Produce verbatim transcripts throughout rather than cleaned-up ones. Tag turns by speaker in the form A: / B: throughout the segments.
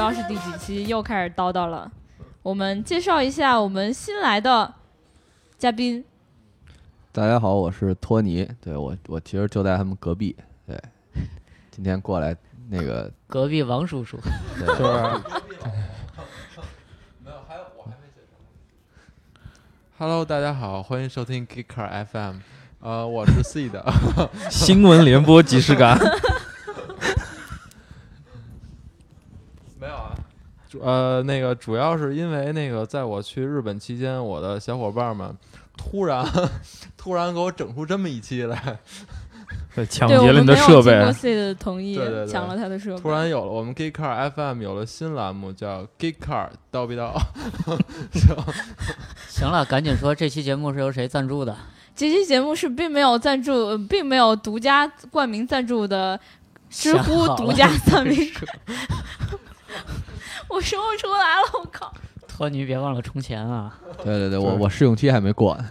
A: 道是第几期，又开始叨叨了。我们介绍一下我们新来的嘉宾。
B: 大家好，我是托尼。对我，我其实就在他们隔壁。对，今天过来那个
C: 隔壁王叔叔，
B: 对
D: 是不是？
E: 没有，还有我还没介绍。Hello， 大家好，欢迎收听 Geekcar F M。呃，我是 C 的
D: 新闻联播即视感。
E: 没有啊，主呃，那个主要是因为那个，在我去日本期间，我的小伙伴们突然突然给我整出这么一期来，
D: 抢劫了你的设备。
A: 对，我们没有经过 C 的同意，
E: 对对对，
A: 抢了他的设备。
E: 突然有了我们 Geekcar F M 有了新栏目，叫 Geekcar 叨逼叨。
C: 行了，赶紧说这期节目是由谁赞助的？
A: 这期节目是并没有赞助，并没有独家冠名赞助的，知乎独家赞名。我说不出来了，我靠！
C: 托尼别忘了充钱啊！
B: 对对对，我我试用期还没过呢。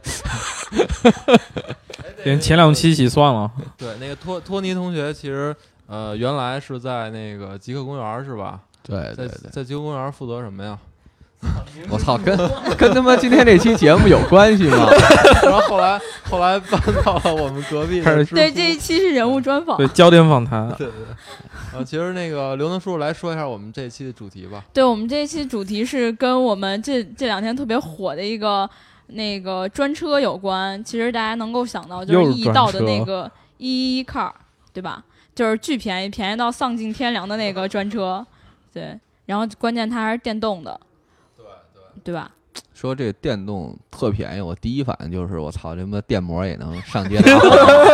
D: 连前两期洗算了。
E: 对，那个托托尼同学其实呃原来是在那个极客公园是吧？
B: 对对对，
E: 在在极客公园负责什么呀？
B: 我操，跟跟他妈今天这期节目有关系吗？
E: 然后后来后来搬到了我们隔壁的。
A: 对，这一期是人物专访。
D: 对，焦点访谈。
E: 对对对。呃，其实那个刘能叔叔来说一下我们这一期的主题吧。
A: 对，我们这一期主题是跟我们这这两天特别火的一个那个专车有关。其实大家能够想到就是易到的那个一一 car， 对吧？就是巨便宜，便宜到丧尽天良的那个专车。对，然后关键它还是电动的。
E: 对对。
A: 对吧？
B: 说这个电动特便宜，我第一反应就是我操，这他妈电摩也能上街打。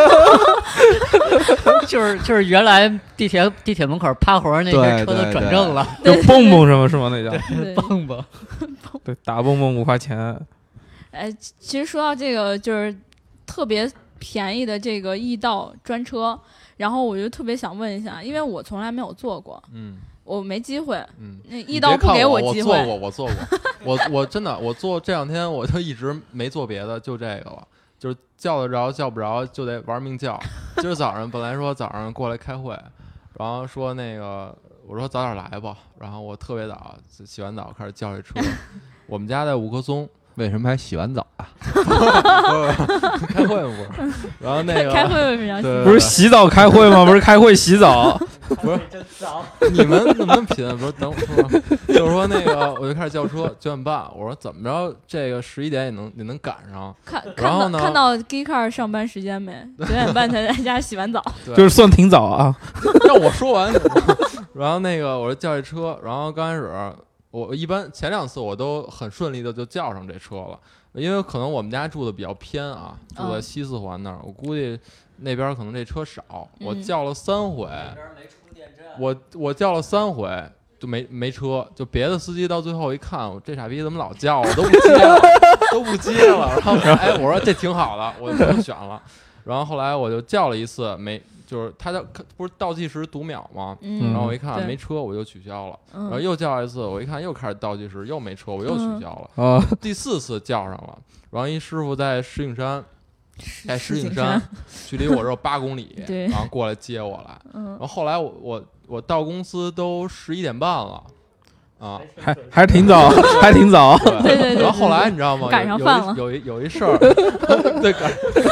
C: 就是就是原来地铁地铁门口趴活那些车都转正了，
D: 就蹦蹦什么什么那叫
C: 蹦蹦，
D: 对，打蹦蹦五块钱。
A: 哎，其实说到这个，就是特别便宜的这个易到专车，然后我就特别想问一下，因为我从来没有坐过，
E: 嗯，
A: 我没机会，
E: 嗯，
A: 那易到不给
E: 我
A: 机会。
E: 我坐过，我坐过，我我真的我坐这两天我就一直没做别的，就这个了。就是叫得着叫不着就得玩命叫。今儿早上本来说早上过来开会，然后说那个我说早点来吧，然后我特别早洗完澡开始叫这车。我们家在五棵松，
B: 为什么还洗完澡啊？
E: 开会吗？不是，然后那个
A: 开会为什么要洗？
D: 不是洗澡开会吗？不是开会洗澡。
E: 不是，你们怎么品？不是，等我说，就是说那个，我就开始叫车，九点半，我说怎么着，这个十一点也能也能赶上。
A: 看，
E: 然后呢？
A: 看到 Geekcar 上班时间没？九点半才在家洗完澡，
D: 就是算挺早啊。
E: 让我说完。然后那个，我就叫这车，然后刚开始我一般前两次我都很顺利的就叫上这车了，因为可能我们家住的比较偏啊，住在西四环那儿，我估计。那边可能这车少，我叫了三回，
C: 那边没充电站，
E: 我我叫了三回就没没车，就别的司机到最后一看，我这傻逼怎么老叫我都不接了，都不接了。然后哎，我说这挺好的，我就选了。然后后来我就叫了一次，没就是他叫不是倒计时读秒吗？
A: 嗯、
E: 然后我一看没车，我就取消了。
A: 嗯、
E: 然后又叫一次，我一看又开始倒计时，又没车，我又取消了。
D: 嗯、
E: 第四次叫上了，然后一师傅在石景山。在石景
A: 山，
E: 距离我这八公里，
A: 对，
E: 然后过来接我来。
A: 嗯，
E: 然后后来我我我到公司都十一点半了，啊，
D: 还还挺早，还挺早。
A: 对对 对, 对。
E: 然后后来你知道吗？
A: 赶上饭了。
E: 有一有一事儿，对，赶。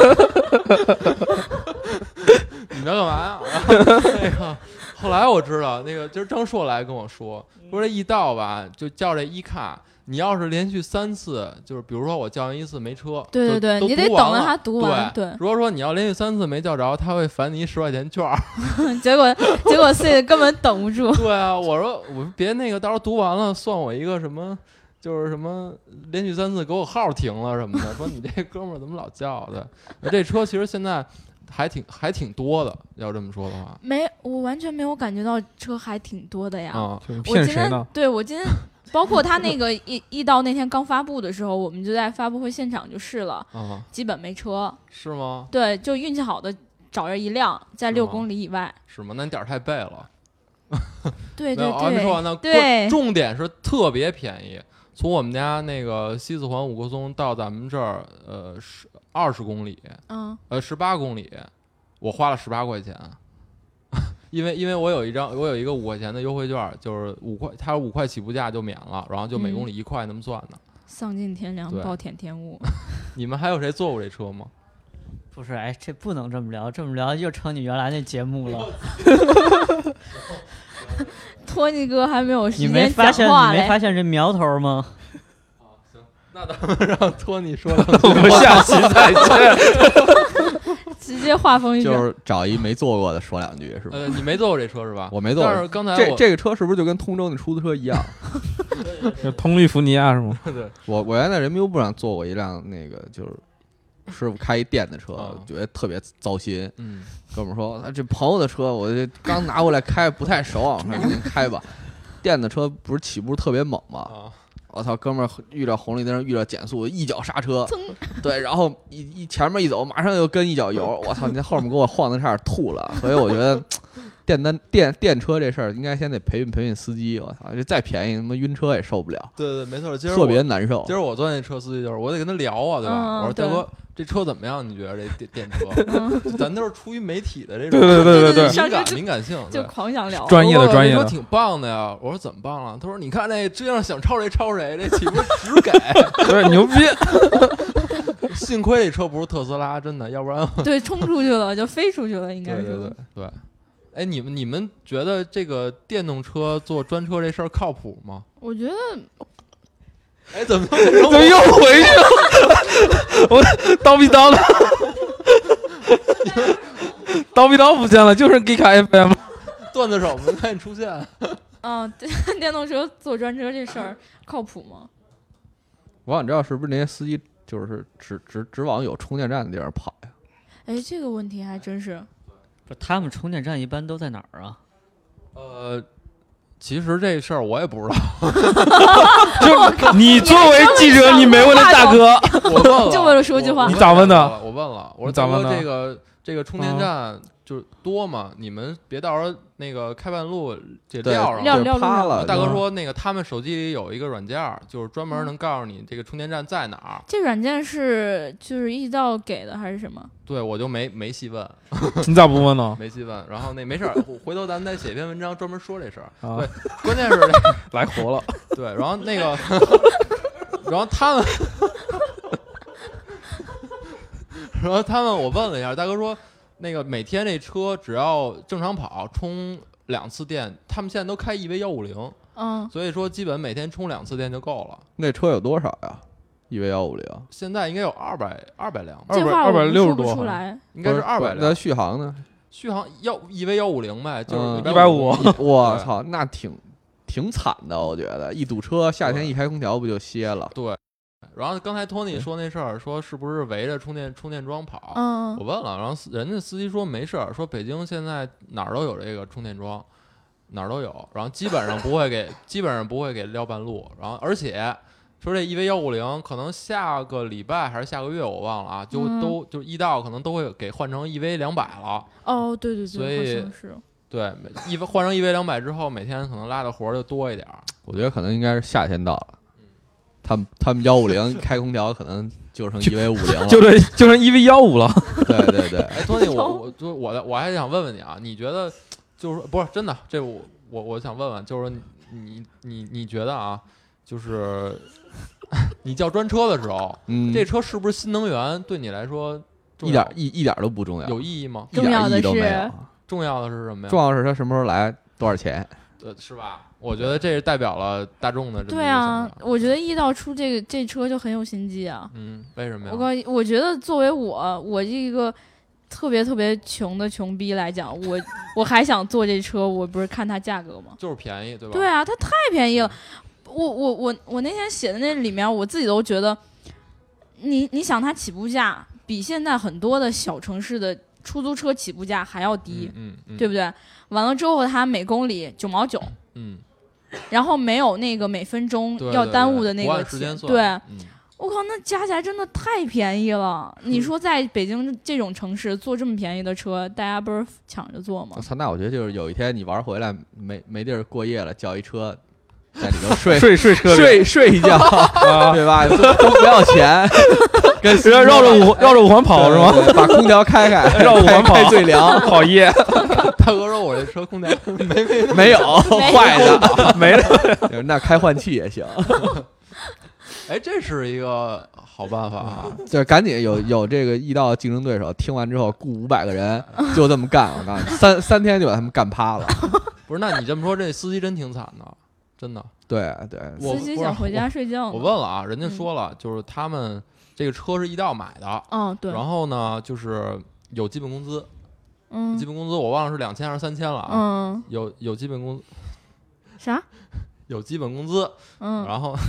E: 你们要干嘛呀？然后那个后来我知道，那个就是张硕来跟我说，说这一到吧，就叫这一卡。你要是连续三次，就是比如说我叫完一次没车，
A: 对对对，你得等到他读完。
E: 对，如果说你要连续三次没叫着，他会返你十块钱券。
A: 结果结果 C 根本等不住。
E: 对啊，我说我别那个，到时候读完了算我一个什么，就是什么连续三次给我号停了什么的。说你这哥们儿怎么老叫的？这车其实现在还挺还挺多的，要这么说的话。
A: 没，我完全没有感觉到车还挺多的呀。
E: 啊、
D: 嗯，骗谁呢？
A: 对我今天。包括他那个一一到那天刚发布的时候，我们就在发布会现场就试了，
E: 啊、
A: 基本没车。
E: 是吗？
A: 对，就运气好的找着一辆，在六公里以外。
E: 是吗？那你点儿太背了。
A: 对对对，
E: 还没说完呢。
A: 对，
E: 重点是特别便宜，从我们家那个西四环五棵松到咱们这儿，呃，十二十公里，
A: 嗯，
E: 呃，十八公里，我花了十八块钱。 因为因为我有一张，我有一个五块钱的优惠券，就是五块，它五块起步价就免了，然后就每公里一块那么算的。
A: 丧尽天良，暴殄天物。
E: 你们还有谁坐过这车吗？
C: 不是，哎，这不能这么聊，这么聊又成你原来那节目了。
A: 托尼哥还没有时
C: 你没
A: 间
C: 发现
A: 讲话嘞
C: 你没发现这苗头吗？
E: 那咱们让托尼说两句。
D: 我们下期再见。
A: 直接话锋一转，
B: 就是找一没坐过的说两句是吧？
E: 呃，你没坐过这车是吧？
B: 我没坐过。
E: 但是刚才我
B: 这这个车是不是就跟通州那出租车一样？
D: 就通利福尼亚是吗？
E: 对，
B: 我我原来在人民邮部上坐过一辆那个就是师傅开一电的车，
E: 嗯
B: 觉得特别糟心。
E: 嗯，
B: 哥们儿说：“这朋友的车，我这刚拿过来开，不太熟啊，我说您开吧。电的车不是起步特别猛吗？
E: 啊，
B: 我操，哥们儿遇到红绿灯，遇到减速，一脚刹车，对，然后一一前面一走，马上又跟一脚油，我操，你在后面给我晃的差点吐了。所以我觉得电单电电车这事儿应该先得培训培训司机，我操，这再便宜他妈晕车也受不了，
E: 对对，没错，今儿
B: 特别难受。
E: 今儿我坐那车司机就是，我得跟他聊啊，对吧？
A: 嗯
E: 我说大哥，这车怎么样？你觉得这电电车？咱都是出于媒体的这种
D: 对对对对对
E: 敏感敏感性，
A: 就
E: 对
A: 狂想聊。
D: 专业的专业的
E: 我说挺棒的呀。我说怎么棒了？他说你看那这样想超谁超谁，这岂不是只给？
D: 对，牛逼！
E: 幸亏这车不是特斯拉，真的，要不然
A: 对，冲出去了，就飞出去了，应该是。
E: 对对对对。哎，你们你们觉得这个电动车做专车这事儿靠谱吗？
A: 我觉得
E: 哎，怎么
D: 怎么又回去了？我叨逼叨的，叨逼叨不见了，就是给卡 F M。
E: 段子手们赶紧出现？
A: 嗯，电电动车坐专车这事儿靠谱吗？
B: 我想知道是不是那些司机就是只只只往有充电站的地方跑呀？
A: 哎，这个问题还真是。
C: 不是，他们充电站一般都在哪儿啊？
E: 呃，其实这事儿我也不知道。
D: 就你作为记者，你没问那大哥，
E: 我问了，
A: 就为了说句话
E: 我
D: 你咋问的？
E: 我问了，我说
D: 你咋问的
E: 大哥，这个这个充电站就多嘛，你们别到时候那个开半路给
B: 对，
E: 撂上了。
A: 撂撂
B: 趴了。
E: 大哥说，那个他们手机里有一个软件儿，就是专门能告诉你这个充电站在哪儿。
A: 这软件是就是易到给的还是什么？
E: 对，我就没没细问，
D: 你咋不问呢？
E: 没细问。然后那没事儿，回头咱们再写一篇文章专门说这事儿。
D: 啊
E: 对，关键是这
D: 来活了。
E: 对，然后那个，然后他们，然后他们，我问了一下，大哥说，那个每天这车只要正常跑充两次电，他们现在都开 E V 幺五零，
A: 嗯，
E: 所以说基本每天充两次电就够了。
B: 那车有多少呀？E V 幺五零，
E: 现在应该有二百二百辆吧，
A: 这话我
D: 二百六十多
A: 说不出来。
E: 应该是二百
B: 那
E: 辆。
B: 续航呢？
E: 续航幺 E V 幺五零呗，就是
B: 嗯
D: 一百五。
B: 我操，那挺挺惨的，我觉得一堵车，夏天一开空调不就歇了？
E: 对。然后刚才托尼说那事儿，说是不是围着充电充电桩跑？
A: 嗯
E: 我问了，然后人家司机说没事儿，说北京现在哪儿都有这个充电桩，哪儿都有，然后基本上不会给，基本上不会给撂半路。然后而且说这 E V 幺五零可能下个礼拜还是下个月我忘了啊，就
A: 嗯
E: 都就易到可能都会给换成 E V 两百了。
A: 哦，对对对，
E: 所以
A: 好像是。
E: 对，E V 换成 E V 两百之后，每天可能拉的活儿就多一点儿。
B: 我觉得可能应该是夏天到了，他们他们幺五零开空调可能就成 E V 五零了，
D: 就这就成 E V 幺五了。
B: 对对对。
E: 哎，托尼，我我就我的我还想问问你啊，你觉得就是说不是真的，这我我我想问问，就是说你你你觉得啊，就是你叫专车的时候，
B: 嗯，
E: 这车是不是新能源对你来说重
B: 一
E: 要
B: 点一一点都不重要，
E: 有意义吗？
B: 一点意义都没
A: 重要的
B: 有。
E: 重要的是什么呀？
B: 重要是他什么时候来，多少钱。
E: 呃，是吧？我觉得这是代表了大众的这么一个
A: 对啊
E: 想法，
A: 我觉得易到出这个这车就很有心机啊。
E: 嗯，为什么呀？
A: 我告诉你，我觉得作为我，我这个特别特别穷的穷逼来讲，我我还想坐这车，我不是看它价格吗？
E: 就是便宜，对吧？
A: 对啊，它太便宜了。我我我我那天写的那里面，我自己都觉得，你你想它起步价比现在很多的小城市的出租车起步价还要低，
E: 嗯嗯，
A: 对不对？完了之后，它每公里九毛九，
E: 嗯，
A: 然后没有那个每分钟
E: 对
A: 要耽误的那
E: 不
A: 个
E: 按时间算，
A: 对，
E: 嗯
A: 我靠，那加起来真的太便宜了！你说在北京这种城市坐这么便宜的车，大家不是抢着坐吗
B: 我？操，那我觉得就是有一天你玩回来没没地儿过夜了，叫一车在里头睡
D: 睡睡车里
B: 睡睡一觉，对吧？都都不要钱，跟
D: 绕着五绕着五环跑是吗？
B: 把空调开开，
D: 绕五环跑
B: 开最凉，
D: 好夜。
E: 大哥说我这车空调没没
B: 没有坏的
D: 没了，
B: 那开换气也行。
E: 哎，这是一个好办法啊！
B: 就是赶紧有有这个易到竞争对手，听完之后雇五百个人就这么干，我告诉你，三三天就把他们干趴了。
E: 不是，那你这么说，这司机真挺惨的，真的。
B: 对对，
E: 我
A: 司机想回家睡觉。
E: 我问了啊，人家说了，就是他们这个车是易到买的，
A: 嗯，对。
E: 然后呢，就是有基本工资，
A: 嗯，
E: 基本工资我忘了是两千还是三千了啊。
A: 嗯，
E: 有有基本工
A: 啥？
E: 有基本工资，
A: 嗯，
E: 然后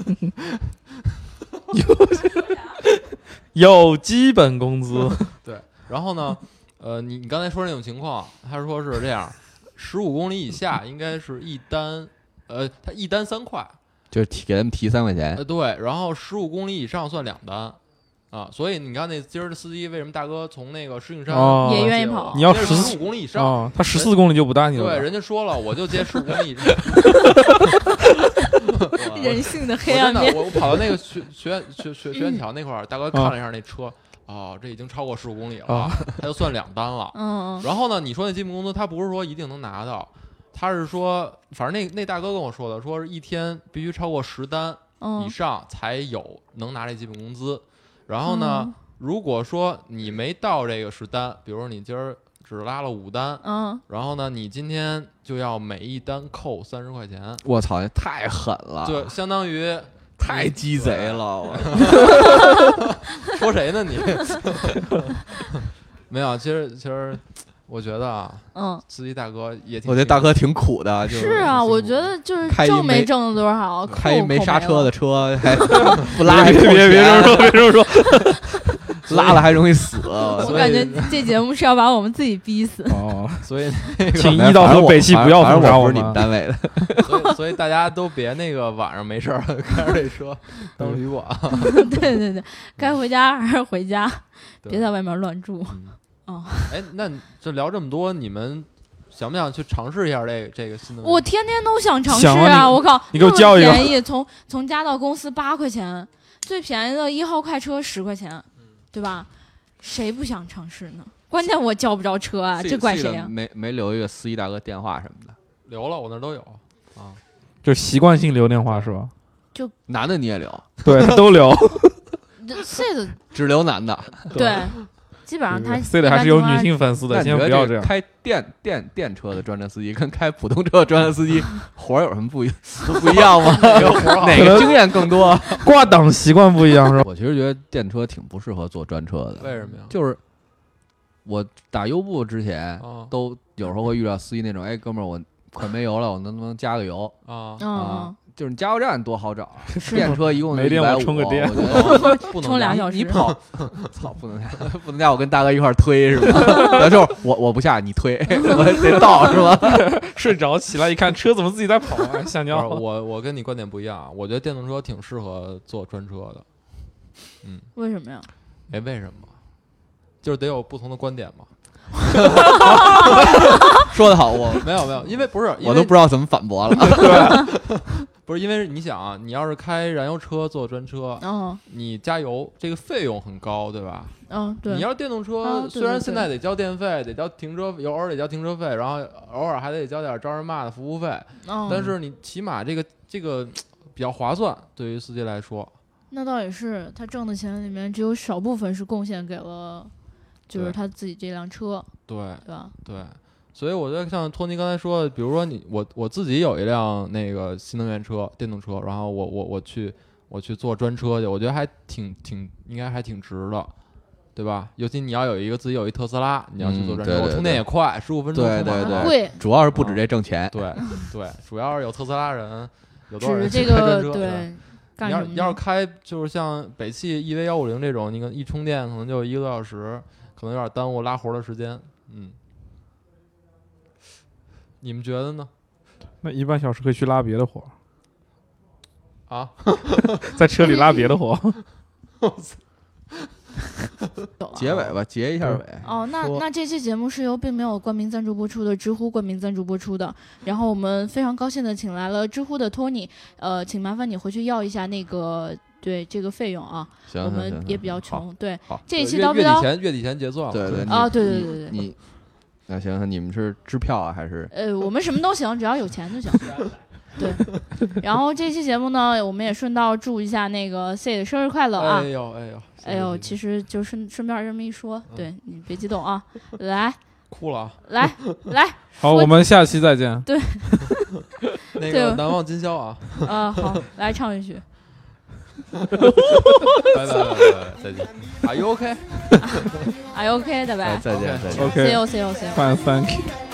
D: 有有基本工资，
E: 对，然后呢，呃，你你刚才说那种情况，他说是这样，十五公里以下应该是一单，呃，他一单三块，
B: 就是提给他们提三块钱，
E: 呃，对，然后十五公里以上算两单。啊，所以你看那今儿的司机为什么大哥从那个石景山
A: 也愿意跑？
D: 你要
E: 十五公里以上，
D: 哦、他十四公里就不搭你了。
E: 对，人家说了，我就接十五公里以上。
A: 人性的黑暗面。
E: 我我跑到那个学学院学学学院桥那块儿，大哥看了一下那车，哦，这已经超过十五公里了，
D: 哦、
E: 他就算两单了。
A: 嗯。
E: 然后呢，你说那基本工资，他不是说一定能拿到，他是说，反正那那大哥跟我说的，说是一天必须超过十单以上才有能拿这基本工资。然后呢、嗯，如果说你没到这个十单，比如说你今儿只拉了五单，
A: 嗯，
E: 然后呢，你今天就要每一单扣三十块钱。
B: 我操，这太狠了！
E: 对，相当于
B: 太鸡贼了。
E: 说谁呢你？没有，其实其实。我觉得啊，
A: 嗯，
E: 司机大哥也挺，
B: 我觉得大哥挺苦的，就是
A: 是啊，我觉得就是挣没挣了多少，
B: 开一没刹车的车还不拉，
D: 别别别这么说，别这么说，
B: 拉了还容易死。
A: 我感觉这节目是要把我们自己逼死。
D: 哦，
E: 所以
D: 请一到和北汽不要封杀
B: 我，不是你们单位的。
E: 所以所以大家都别那个晚上没事开着这车当旅馆。
A: 对对对，该回家还是回家，别在外面乱住。哦，
E: 哎，那这聊这么多，你们想不想去尝试一下这个这个新的？
A: 我天天都想尝试
D: 啊！
A: 啊我靠，
D: 你给我教一个，
A: 便宜，从从家到公司八块钱，最便宜的一号快车十块钱，对吧？谁不想尝试呢？关键我叫不着车啊，这怪谁啊？
B: 没没留一个司机大哥电话什么的，
E: 留了，我那都有啊，
D: 就习惯性留电话是吧？
A: 就
B: 男的你也留，
D: 对，都留，
A: 这个
B: 只留男的，
A: 对。基本上他
D: C 的还是有女性粉丝的，先不要这样。
B: 开电电电车的专车司机跟开普通车的专车司机活有什么不一都不一样吗？哪个经验更多？
D: 挂档习惯不一样是吧？
B: 我其实觉得电车挺不适合坐专车的。
E: 为什么呀？
B: 就是我打优步之前，
E: 哦、
B: 都有时候会遇到司机那种，哎，哥们儿，我快没油了，我能不能加个油
E: 啊？
A: 啊。
B: 就是你加油站多好找，电车一共
D: 没电我充个电，
B: 不能
A: 充俩小时。
B: 你跑，操，不能加，不能加，我跟大哥一块推是吧？然后就是我我不下，你推，我得倒是吧？
D: 睡着起来一看车怎么自己在跑啊？吓尿！
E: 我我跟你观点不一样，我觉得电动车挺适合坐专车的。嗯，
A: 为什么呀？
E: 哎，为什么？就是得有不同的观点嘛。
B: 说得好，我
E: 没有没有，因为不是，
B: 我都不知道怎么反驳了。
E: 对，不是因为你想啊，你要是开燃油车坐专车，
A: 嗯，
E: 你加油这个费用很高，对吧？
A: 嗯，对。
E: 你要是电动车，
A: 啊、
E: 虽然现在得交电费，得交停车，有偶尔得交停车费，然后偶尔还得交点招人骂的服务费，
A: 嗯、
E: 但是你起码这个这个比较划算，对于司机来说。
A: 那倒也是，他挣的钱里面只有少部分是贡献给了，就是他自己这辆车。
E: 对，
A: 对吧？
E: 对，所以我觉得像托尼刚才说的，比如说你我我自己有一辆那个新能源车、电动车，然后我我我去我去坐专车去，我觉得还挺挺应该还挺值的，对吧？尤其你要有一个自己有一特斯拉，你要去坐专车，
B: 嗯、对对对
E: 我充电也快，十五分钟
B: 对对对，
A: 贵，
B: 主要是不止这挣钱，
E: 嗯、对对，主要是有特斯拉人，有多少人
A: 这个
E: 对。
A: 对
E: 你要要是开就是像北汽 E V 一五零这种，你可能一充电可能就一个多小时，可能有点耽误拉活的时间。嗯，你们觉得呢？
D: 那一半小时可以去拉别的活
E: 啊，
D: 在车里拉别的活。
B: 结尾吧，结一下尾。
A: 哦，那那这期节目是由并没有冠名赞助播出的，知乎冠名赞助播出的。然后我们非常高兴的请来了知乎的托尼，呃，请麻烦你回去要一下那个对这个费用啊。
B: 行，
A: 我们也比较穷。对，
B: 好，
A: 这一期叨不叨？
E: 月底前月底前结算了。
B: 对对
A: 啊，对对对对。
B: 你那行，你们是支票啊还是？
A: 呃，我们什么都行，只要有钱就行。对，然后这期节目呢，我们也顺道祝一下那个 C 的生日快乐啊！
E: 哎呦哎呦
A: 哎呦，其实就顺顺便这么一说，对你别激动啊，来，
E: 哭了啊！
A: 来来，
D: 好，我们下期再见。
A: 对，
E: 那个难忘今宵啊！
A: 啊，好，来唱一曲。
E: 拜拜拜拜，再见。Are you OK？
A: Are you OK？拜拜。
B: 再见再见。
D: OK。
A: See you see you see you。
D: Fine, thank you.